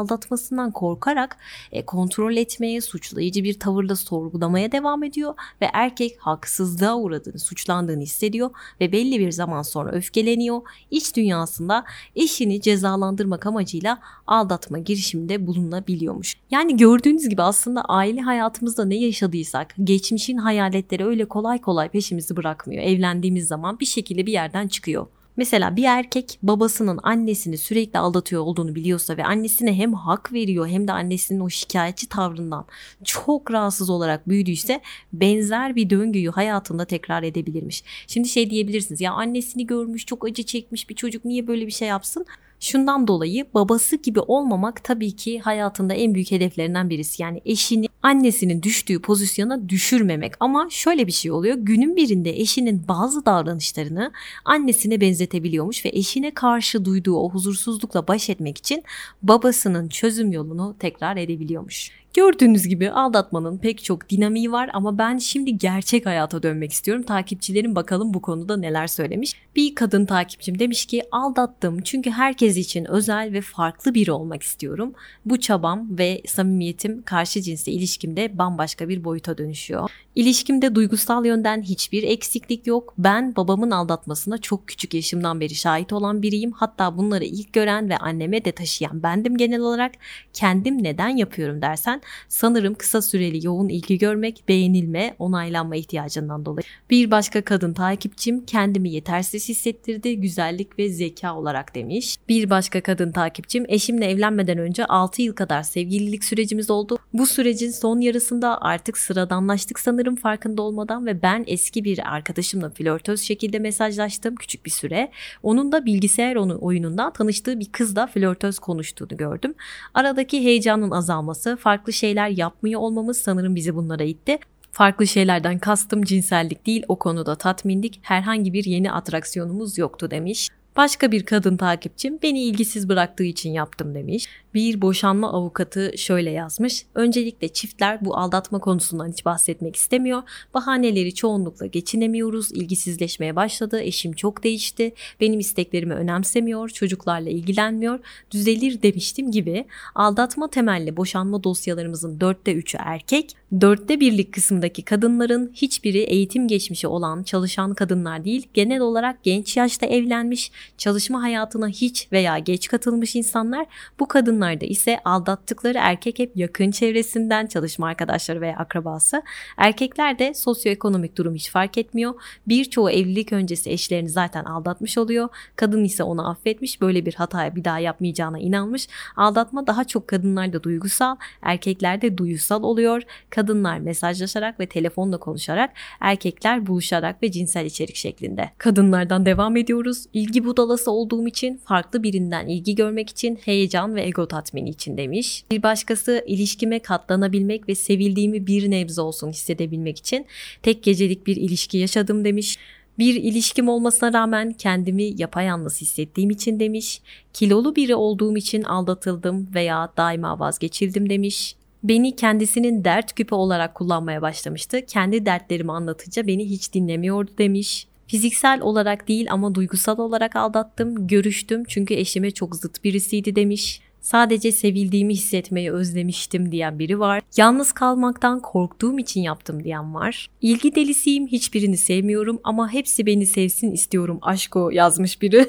[SPEAKER 1] aldatılmasından korkarak e, kontrol etmeye, suçlayıcı bir tavırla sorgulamaya devam ediyor ve erkek haksızlığa uğradığını, suçlandığını hissediyor ve belli bir zaman sonra öfkeleniyor. İç dünyasında eşini cezalandırmak amacıyla aldatma girişiminde bulunabiliyormuş. Yani gördüğünüz gibi aslında aile hayatımızda ne yaşadıysak geçmişin hayaletleri öyle kolay kolay peşimizi bırakmıyor. Evlendiğimiz zaman bir şekilde bir yerden çıkıyor. Mesela bir erkek babasının annesini sürekli aldatıyor olduğunu biliyorsa ve annesine hem hak veriyor hem de annesinin o şikayetçi tavrından çok rahatsız olarak büyüdüyse benzer bir döngüyü hayatında tekrar edebilirmiş. Şimdi şey diyebilirsiniz, ya annesini görmüş, çok acı çekmiş bir çocuk niye böyle bir şey yapsın? Şundan dolayı babası gibi olmamak tabii ki hayatında en büyük hedeflerinden birisi. Yani eşini annesinin düştüğü pozisyona düşürmemek. Ama şöyle bir şey oluyor. Günün birinde eşinin bazı davranışlarını annesine benzetebiliyormuş ve eşine karşı duyduğu o huzursuzlukla baş etmek için babasının çözüm yolunu tekrar edebiliyormuş. Gördüğünüz gibi aldatmanın pek çok dinamiği var ama ben şimdi gerçek hayata dönmek istiyorum. Takipçilerim bakalım bu konuda neler söylemiş. Bir kadın takipçim demiş ki aldattım çünkü herkes için özel ve farklı biri olmak istiyorum. Bu çabam ve samimiyetim karşı cinsle ilişkimde bambaşka bir boyuta dönüşüyor. İlişkimde duygusal yönden hiçbir eksiklik yok. Ben babamın aldatmasına çok küçük yaşımdan beri şahit olan biriyim. Hatta bunları ilk gören ve anneme de taşıyan bendim genel olarak. Kendim neden yapıyorum dersen sanırım kısa süreli yoğun ilgi görmek, beğenilme, onaylanma ihtiyacından dolayı. Bir başka kadın takipçim kendimi yetersiz hissettirdi, güzellik ve zeka olarak demiş. Bir başka kadın takipçim eşimle evlenmeden önce altı yıl kadar sevgililik sürecimiz oldu. Bu sürecin son yarısında artık sıradanlaştık sanırım farkında olmadan ve ben eski bir arkadaşımla flörtöz şekilde mesajlaştım küçük bir süre. Onun da bilgisayar oyunundan tanıştığı bir kızla flörtöz konuştuğunu gördüm. Aradaki heyecanın azalması, farklı şeyler yapmıyor olmamız sanırım bizi bunlara itti. Farklı şeylerden kastım cinsellik değil, o konuda tatmindik. Herhangi bir yeni atraksiyonumuz yoktu demiş. Başka bir kadın takipçim beni ilgisiz bıraktığı için yaptım demiş. Bir boşanma avukatı şöyle yazmış. Öncelikle çiftler bu aldatma konusundan hiç bahsetmek istemiyor. Bahaneleri çoğunlukla geçinemiyoruz, ilgisizleşmeye başladı, eşim çok değişti, benim isteklerimi önemsemiyor, çocuklarla ilgilenmiyor, düzelir demiştim gibi aldatma temelli boşanma dosyalarımızın dörtte üçü erkek, dörtte birlik kısımdaki kadınların hiçbiri eğitim geçmişi olan çalışan kadınlar değil, genel olarak genç yaşta evlenmiş, çalışma hayatına hiç veya geç katılmış insanlar. Bu kadınlarda ise aldattıkları erkek hep yakın çevresinden, çalışma arkadaşları veya akrabası. Erkekler de sosyoekonomik durum hiç fark etmiyor. Birçoğu evlilik öncesi eşlerini zaten aldatmış oluyor. Kadın ise onu affetmiş, böyle bir hataya bir daha yapmayacağına inanmış. Aldatma daha çok kadınlarda duygusal, erkeklerde duysal oluyor. Kadınlar mesajlaşarak ve telefonla konuşarak, erkekler buluşarak ve cinsel içerik şeklinde. Kadınlardan devam ediyoruz. İlgi budalası olduğum için, farklı birinden ilgi görmek için, heyecan ve ego tatmini için demiş. Bir başkası ilişkime katlanabilmek ve sevildiğimi bir nebze olsun hissedebilmek için tek gecelik bir ilişki yaşadım demiş. Bir ilişkim olmasına rağmen kendimi yapayalnız hissettiğim için demiş. Kilolu biri olduğum için aldatıldım veya daima vazgeçildim demiş. Beni kendisinin dert küpü olarak kullanmaya başlamıştı. Kendi dertlerimi anlatınca beni hiç dinlemiyordu demiş. Fiziksel olarak değil ama duygusal olarak aldattım, görüştüm çünkü eşime çok zıt birisiydi demiş. Sadece sevildiğimi hissetmeyi özlemiştim diyen biri var. Yalnız kalmaktan korktuğum için yaptım diyen var. İlgi delisiyim, hiçbirini sevmiyorum ama hepsi beni sevsin istiyorum aşko yazmış biri.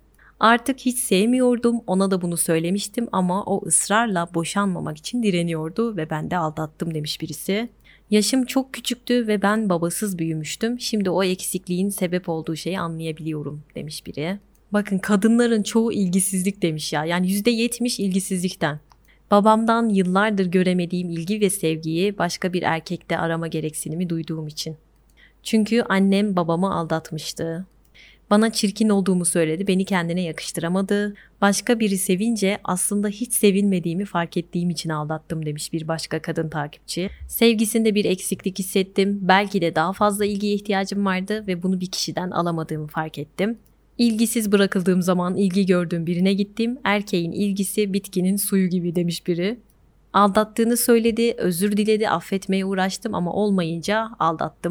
[SPEAKER 1] Artık hiç sevmiyordum, ona da bunu söylemiştim ama o ısrarla boşanmamak için direniyordu ve ben de aldattım demiş birisi. Yaşım çok küçüktü ve ben babasız büyümüştüm. Şimdi o eksikliğin sebep olduğu şeyi anlayabiliyorum demiş biri. Bakın kadınların çoğu ilgisizlik demiş ya. Yani yüzde yetmiş ilgisizlikten. Babamdan yıllardır göremediğim ilgi ve sevgiyi başka bir erkekte arama gereksinimi duyduğum için. Çünkü annem babamı aldatmıştı. Bana çirkin olduğumu söyledi, beni kendine yakıştıramadı. Başka biri sevince aslında hiç sevilmediğimi fark ettiğim için aldattım demiş bir başka kadın takipçi. Sevgisinde bir eksiklik hissettim. Belki de daha fazla ilgiye ihtiyacım vardı ve bunu bir kişiden alamadığımı fark ettim. İlgisiz bırakıldığım zaman ilgi gördüğüm birine gittim. Erkeğin ilgisi bitkinin suyu gibi demiş biri. Aldattığını söyledi, özür diledi, affetmeye uğraştım ama olmayınca aldattım.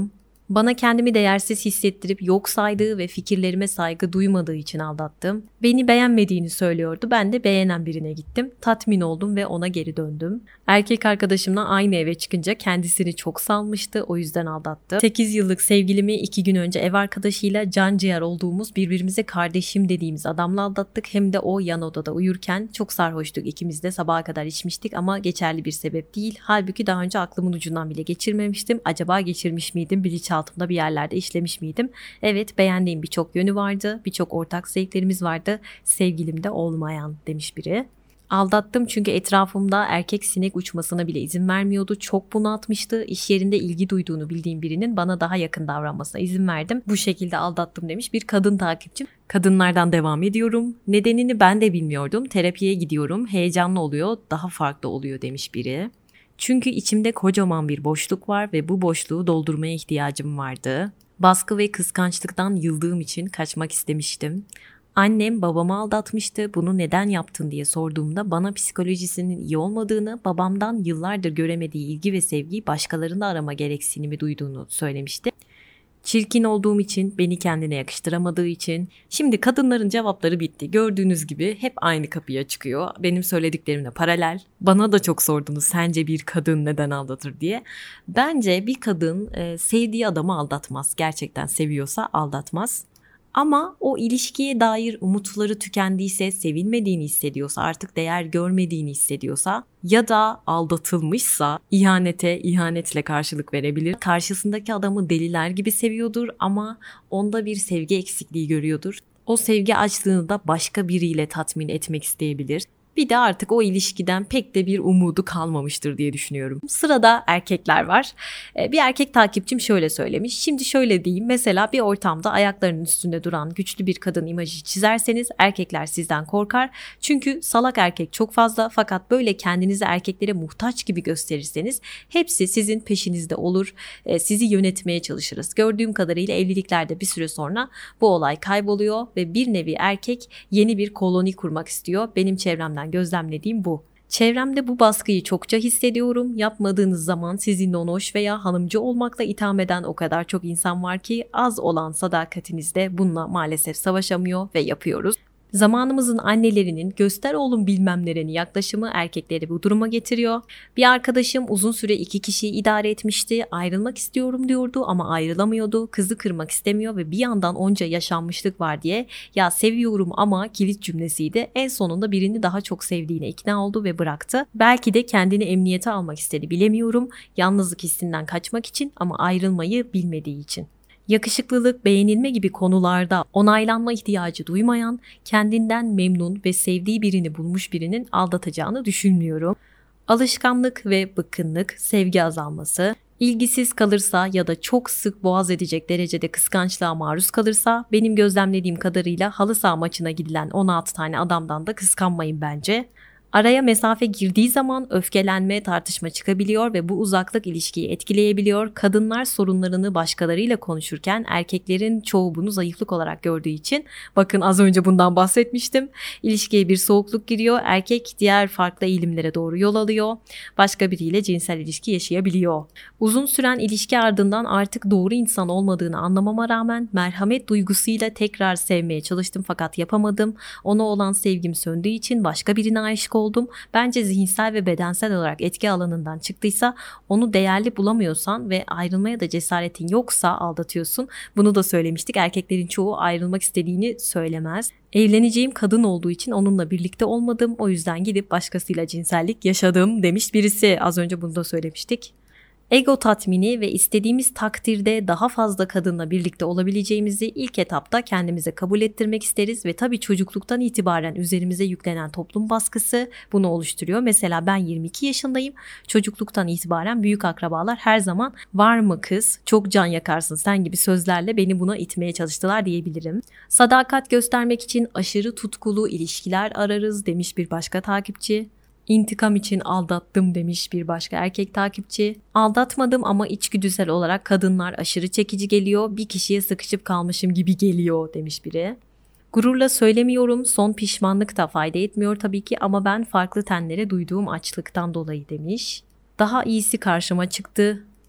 [SPEAKER 1] Bana kendimi değersiz hissettirip yok saydığı ve fikirlerime saygı duymadığı için aldattım. Beni beğenmediğini söylüyordu. Ben de beğenen birine gittim. Tatmin oldum ve ona geri döndüm. Erkek arkadaşımla aynı eve çıkınca kendisini çok salmıştı. O yüzden aldattı. sekiz yıllık sevgilimi iki gün önce ev arkadaşıyla can ciğer olduğumuz, birbirimize kardeşim dediğimiz adamla aldattık. Hem de o yan odada uyurken. Çok sarhoştuk ikimiz de, sabaha kadar içmiştik ama geçerli bir sebep değil. Halbuki daha önce aklımın ucundan bile geçirmemiştim. Acaba geçirmiş miydim? Bilinçaltımda bir yerlerde işlemiş miydim? Evet, beğendiğim birçok yönü vardı. Birçok ortak zevklerimiz vardı. Sevgilimde olmayan demiş biri. Aldattım çünkü etrafımda erkek sinek uçmasına bile izin vermiyordu. Çok bunaltmıştı. İş yerinde ilgi duyduğunu bildiğim birinin bana daha yakın davranmasına izin verdim. Bu şekilde aldattım demiş bir kadın takipçim. Kadınlardan devam ediyorum. Nedenini ben de bilmiyordum. Terapiye gidiyorum. Heyecanlı oluyor. Daha farklı oluyor demiş biri. Çünkü içimde kocaman bir boşluk var ve bu boşluğu doldurmaya ihtiyacım vardı. Baskı ve kıskançlıktan yıldığım için kaçmak istemiştim. Annem babamı aldatmıştı. Bunu neden yaptın diye sorduğumda bana psikolojisinin iyi olmadığını, babamdan yıllardır göremediği ilgi ve sevgiyi başkalarında arama gereksinimi duyduğunu söylemişti. Çirkin olduğum için, beni kendine yakıştıramadığı için. Şimdi kadınların cevapları bitti. Gördüğünüz gibi hep aynı kapıya çıkıyor. Benim söylediklerimle paralel. Bana da çok sordunuz sence bir kadın neden aldatır diye. Bence bir kadın e, sevdiği adamı aldatmaz. Gerçekten seviyorsa aldatmaz. Ama o ilişkiye dair umutları tükendiyse, sevilmediğini hissediyorsa, artık değer görmediğini hissediyorsa ya da aldatılmışsa ihanete ihanetle karşılık verebilir. Karşısındaki adamı deliler gibi seviyordur ama onda bir sevgi eksikliği görüyordur. O sevgi açlığını da başka biriyle tatmin etmek isteyebilir. Bir de artık o ilişkiden pek de bir umudu kalmamıştır diye düşünüyorum. Sırada erkekler var. Bir erkek takipçim şöyle söylemiş. Şimdi şöyle diyeyim. Mesela bir ortamda ayaklarının üstünde duran güçlü bir kadın imajı çizerseniz erkekler sizden korkar. Çünkü salak erkek çok fazla, fakat böyle kendinizi erkeklere muhtaç gibi gösterirseniz hepsi sizin peşinizde olur. Sizi yönetmeye çalışırız. Gördüğüm kadarıyla evliliklerde bir süre sonra bu olay kayboluyor ve bir nevi erkek yeni bir koloni kurmak istiyor. Benim çevremden gözlemlediğim bu. Çevremde bu baskıyı çokça hissediyorum. Yapmadığınız zaman sizi nonoş veya hanımcı olmakla itham eden o kadar çok insan var ki az olan sadakatinizde bununla maalesef savaşamıyor ve yapıyoruz. Zamanımızın annelerinin göster oğlum bilmem nereni yaklaşımı erkekleri bu duruma getiriyor. Bir arkadaşım uzun süre iki kişiyi idare etmişti. Ayrılmak istiyorum diyordu ama ayrılamıyordu. Kızı kırmak istemiyor ve bir yandan onca yaşanmışlık var diye ya seviyorum ama kilit cümlesiydi. En sonunda birini daha çok sevdiğine ikna oldu ve bıraktı. Belki de kendini emniyete almak istedi, bilemiyorum. Yalnızlık hissinden kaçmak için ama ayrılmayı bilmediği için. Yakışıklılık, beğenilme gibi konularda onaylanma ihtiyacı duymayan, kendinden memnun ve sevdiği birini bulmuş birinin aldatacağını düşünmüyorum. Alışkanlık ve bıkkınlık, sevgi azalması, ilgisiz kalırsa ya da çok sık boğaz edecek derecede kıskançlığa maruz kalırsa, benim gözlemlediğim kadarıyla halı saha maçına gidilen on altı tane adamdan da kıskanmayın bence. Araya mesafe girdiği zaman öfkelenme, tartışma çıkabiliyor ve bu uzaklık ilişkiyi etkileyebiliyor. Kadınlar sorunlarını başkalarıyla konuşurken erkeklerin çoğu bunu zayıflık olarak gördüğü için, bakın az önce bundan bahsetmiştim, ilişkiye bir soğukluk giriyor. Erkek diğer farklı eğilimlere doğru yol alıyor. Başka biriyle cinsel ilişki yaşayabiliyor. Uzun süren ilişki ardından artık doğru insan olmadığını anlamama rağmen merhamet duygusuyla tekrar sevmeye çalıştım fakat yapamadım. Ona olan sevgim söndüğü için başka birine aşık oldum. Bence zihinsel ve bedensel olarak etki alanından çıktıysa, onu değerli bulamıyorsan ve ayrılmaya da cesaretin yoksa aldatıyorsun. Bunu da söylemiştik. Erkeklerin çoğu ayrılmak istediğini söylemez. Evleneceğim kadın olduğu için onunla birlikte olmadım. O yüzden gidip başkasıyla cinsellik yaşadım demiş birisi. Az önce bunu da söylemiştik. Ego tatmini ve istediğimiz takdirde daha fazla kadınla birlikte olabileceğimizi ilk etapta kendimize kabul ettirmek isteriz ve tabii çocukluktan itibaren üzerimize yüklenen toplum baskısı bunu oluşturuyor. Mesela ben yirmi iki yaşındayım. Çocukluktan itibaren büyük akrabalar her zaman var mı kız, çok can yakarsın sen gibi sözlerle beni buna itmeye çalıştılar diyebilirim. Sadakat göstermek için aşırı tutkulu ilişkiler ararız demiş bir başka takipçi. İntikam için aldattım demiş bir başka erkek takipçi. Aldatmadım ama içgüdüsel olarak kadınlar aşırı çekici geliyor, bir kişiye sıkışıp kalmışım gibi geliyor demiş biri. Gururla söylemiyorum, son pişmanlık da fayda etmiyor tabii ki ama ben farklı tenlere duyduğum açlıktan dolayı demiş. Daha iyisi karşıma çıktı.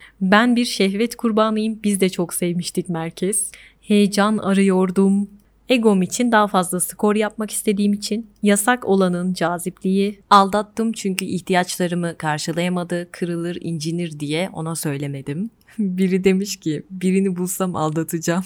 [SPEAKER 1] Ben bir şehvet kurbanıyım. Biz de çok sevmiştik merkez. Heyecan arıyordum. Egom için daha fazla skor yapmak istediğim için yasak olanın cazipliği. Aldattım çünkü ihtiyaçlarımı karşılayamadı, kırılır, incinir diye ona söylemedim. Biri demiş ki birini bulsam aldatacağım.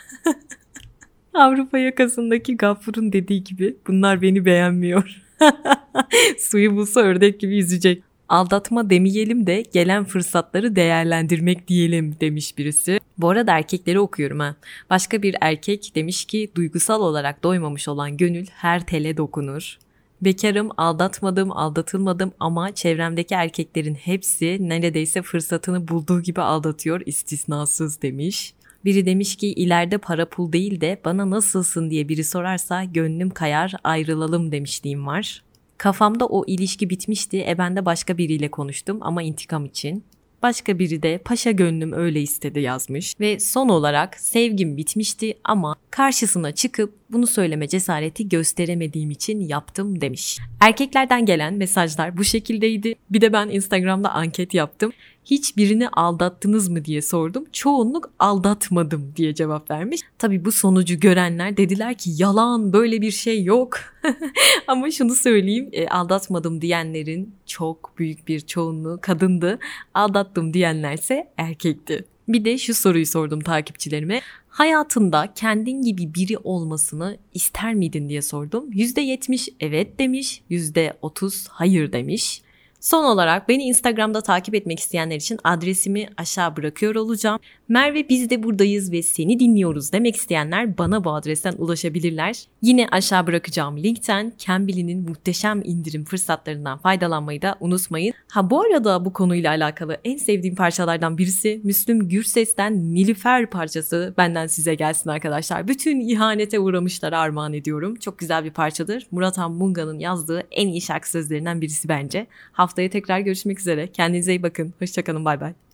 [SPEAKER 1] Avrupa yakasındaki Gaffur'un dediği gibi bunlar beni beğenmiyor. Suyu bulsa ördek gibi yüzecek. Aldatma demeyelim de gelen fırsatları değerlendirmek diyelim demiş birisi. Bu arada erkekleri okuyorum ha. Başka bir erkek demiş ki duygusal olarak doymamış olan gönül her tele dokunur. Bekarım, aldatmadım, aldatılmadım ama çevremdeki erkeklerin hepsi neredeyse fırsatını bulduğu gibi aldatıyor, istisnasız demiş. Biri demiş ki ileride para pul değil de bana nasılsın diye biri sorarsa gönlüm kayar, ayrılalım demişliğim var. Kafamda o ilişki bitmişti, e ben de başka biriyle konuştum ama intikam için. Başka biri de paşa gönlüm öyle istedi yazmış. Ve son olarak sevgim bitmişti ama karşısına çıkıp bunu söyleme cesareti gösteremediğim için yaptım demiş. Erkeklerden gelen mesajlar bu şekildeydi. Bir de ben Instagram'da anket yaptım. Hiçbirini aldattınız mı diye sordum. Çoğunluk aldatmadım diye cevap vermiş. Tabii bu sonucu görenler dediler ki yalan, böyle bir şey yok. Ama şunu söyleyeyim, e, aldatmadım diyenlerin çok büyük bir çoğunluğu kadındı. Aldattım diyenlerse erkekti. Bir de şu soruyu sordum takipçilerime. Hayatında kendin gibi biri olmasını ister miydin diye sordum. yüzde yetmiş evet demiş, yüzde otuz hayır demiş. Son olarak beni Instagram'da takip etmek isteyenler için adresimi aşağı bırakıyor olacağım. Merve biz de buradayız ve seni dinliyoruz demek isteyenler bana bu adresten ulaşabilirler. Yine aşağı bırakacağım linkten Cambly'nin muhteşem indirim fırsatlarından faydalanmayı da unutmayın. Ha bu arada bu konuyla alakalı en sevdiğim parçalardan birisi Müslüm Gürses'ten Nilüfer parçası benden size gelsin arkadaşlar. Bütün ihanete uğramışlara armağan ediyorum. Çok güzel bir parçadır. Murat Han Munga'nın yazdığı en iyi şarkı sözlerinden birisi bence. Haftaya tekrar görüşmek üzere. Kendinize iyi bakın. Hoşçakalın. Bay bay.